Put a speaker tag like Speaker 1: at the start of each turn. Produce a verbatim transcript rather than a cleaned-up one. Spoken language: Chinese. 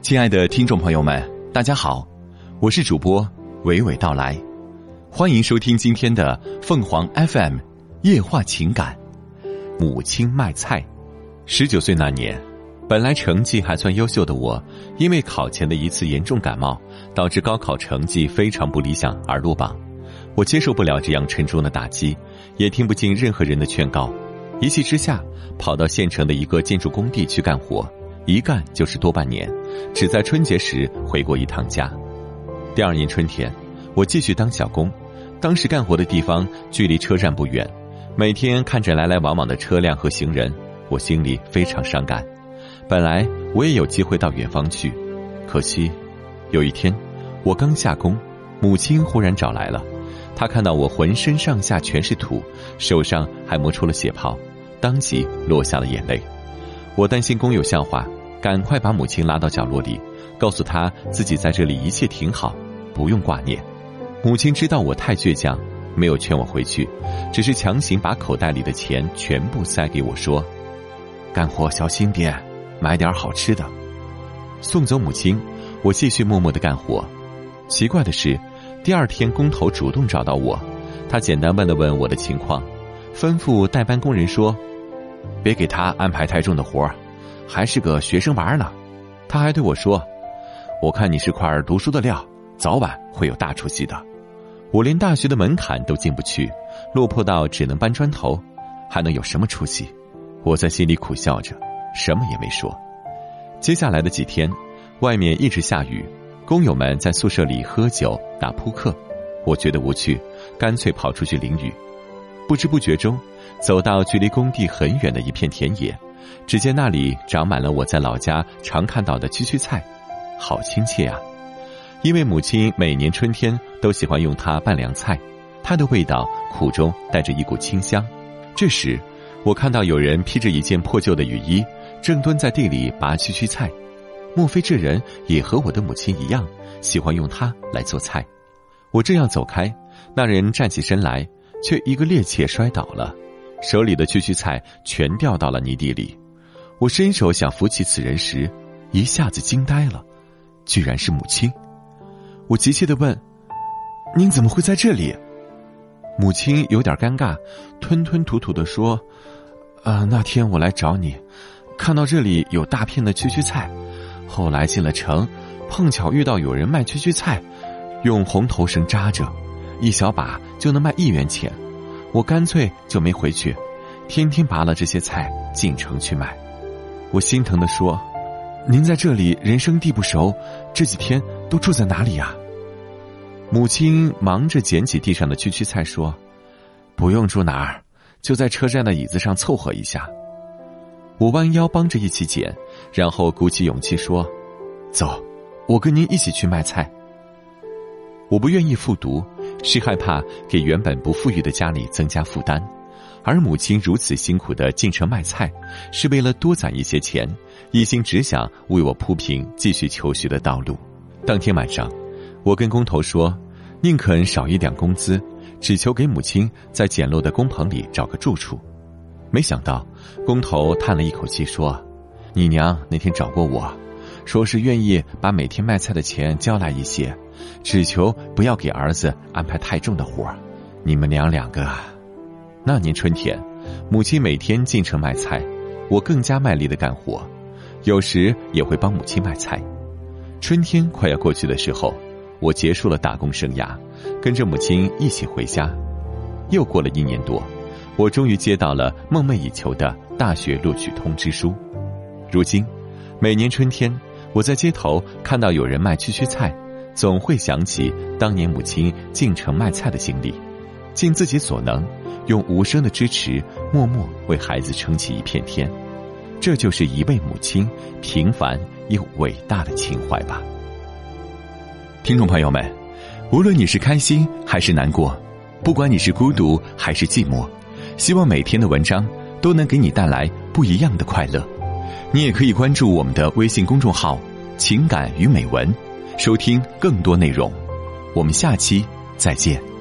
Speaker 1: 亲爱的听众朋友们，大家好，我是主播娓娓道来，欢迎收听今天的凤凰 F M 夜话情感。母亲卖菜。十九岁那年，本来成绩还算优秀的我，因为考前的一次严重感冒，导致高考成绩非常不理想而落榜。我接受不了这样沉重的打击，也听不进任何人的劝告，一气之下跑到县城的一个建筑工地去干活，一干就是多半年，只在春节时回过一趟家。第二年春天，我继续当小工，当时干活的地方距离车站不远，每天看着来来往往的车辆和行人，我心里非常伤感。本来我也有机会到远方去，可惜有一天我刚下工，母亲忽然找来了。她看到我浑身上下全是土，手上还磨出了血泡，当即落下了眼泪。我担心工友笑话，赶快把母亲拉到角落里，告诉她自己在这里一切挺好，不用挂念。母亲知道我太倔强，没有劝我回去，只是强行把口袋里的钱全部塞给我，说干活小心点，买点好吃的。送走母亲，我继续默默地干活。奇怪的是，第二天工头主动找到我，他简单问了问我的情况，吩咐代班工人说别给他安排太重的活，还是个学生娃呢。他还对我说，我看你是块读书的料，早晚会有大出息的。我连大学的门槛都进不去，落魄到只能搬砖头，还能有什么出息？我在心里苦笑着，什么也没说。接下来的几天，外面一直下雨，工友们在宿舍里喝酒打扑克，我觉得无趣，干脆跑出去淋雨。不知不觉中，走到距离工地很远的一片田野，只见那里长满了我在老家常看到的蛐蛐菜，好亲切啊！因为母亲每年春天都喜欢用它拌凉菜，它的味道苦中带着一股清香。这时我看到有人披着一件破旧的雨衣，正蹲在地里拔蛐蛐菜，莫非这人也和我的母亲一样，喜欢用它来做菜？我正要走开，那人站起身来，却一个趔趄摔倒了，手里的蛐蛐菜全掉到了泥地里。我伸手想扶起此人时，一下子惊呆了，居然是母亲。我急切地问，您怎么会在这里？母亲有点尴尬，吞吞吐吐地说，呃，那天我来找你，看到这里有大片的蛐蛐菜，后来进了城，碰巧遇到有人卖蛐蛐菜，用红头绳扎着，一小把就能卖一元钱，我干脆就没回去，天天拔了这些菜进城去卖。我心疼地说，您在这里人生地不熟，这几天都住在哪里呀？母亲忙着捡起地上的蛐蛐菜说，不用住哪儿，就在车站的椅子上凑合一下。我弯腰帮着一起捡，然后鼓起勇气说，走，我跟您一起去卖菜。我不愿意复读，是害怕给原本不富裕的家里增加负担，而母亲如此辛苦地进城卖菜，是为了多攒一些钱，一心只想为我铺平继续求学的道路。当天晚上，我跟工头说，宁肯少一点工资，只求给母亲在简陋的工棚里找个住处。没想到工头叹了一口气说，你娘那天找过我，说是愿意把每天卖菜的钱交来一些，只求不要给儿子安排太重的活，你们娘两个。那年春天，母亲每天进城卖菜，我更加卖力地干活，有时也会帮母亲卖菜。春天快要过去的时候，我结束了打工生涯，跟着母亲一起回家。又过了一年多，我终于接到了梦寐以求的大学录取通知书。如今每年春天，我在街头看到有人卖蛐蛐菜，总会想起当年母亲进城卖菜的经历，尽自己所能，用无声的支持默默为孩子撑起一片天。这就是一位母亲平凡又伟大的情怀吧。听众朋友们，无论你是开心还是难过，不管你是孤独还是寂寞，希望每天的文章都能给你带来不一样的快乐。你也可以关注我们的微信公众号情感与美文，收听更多内容。我们下期再见。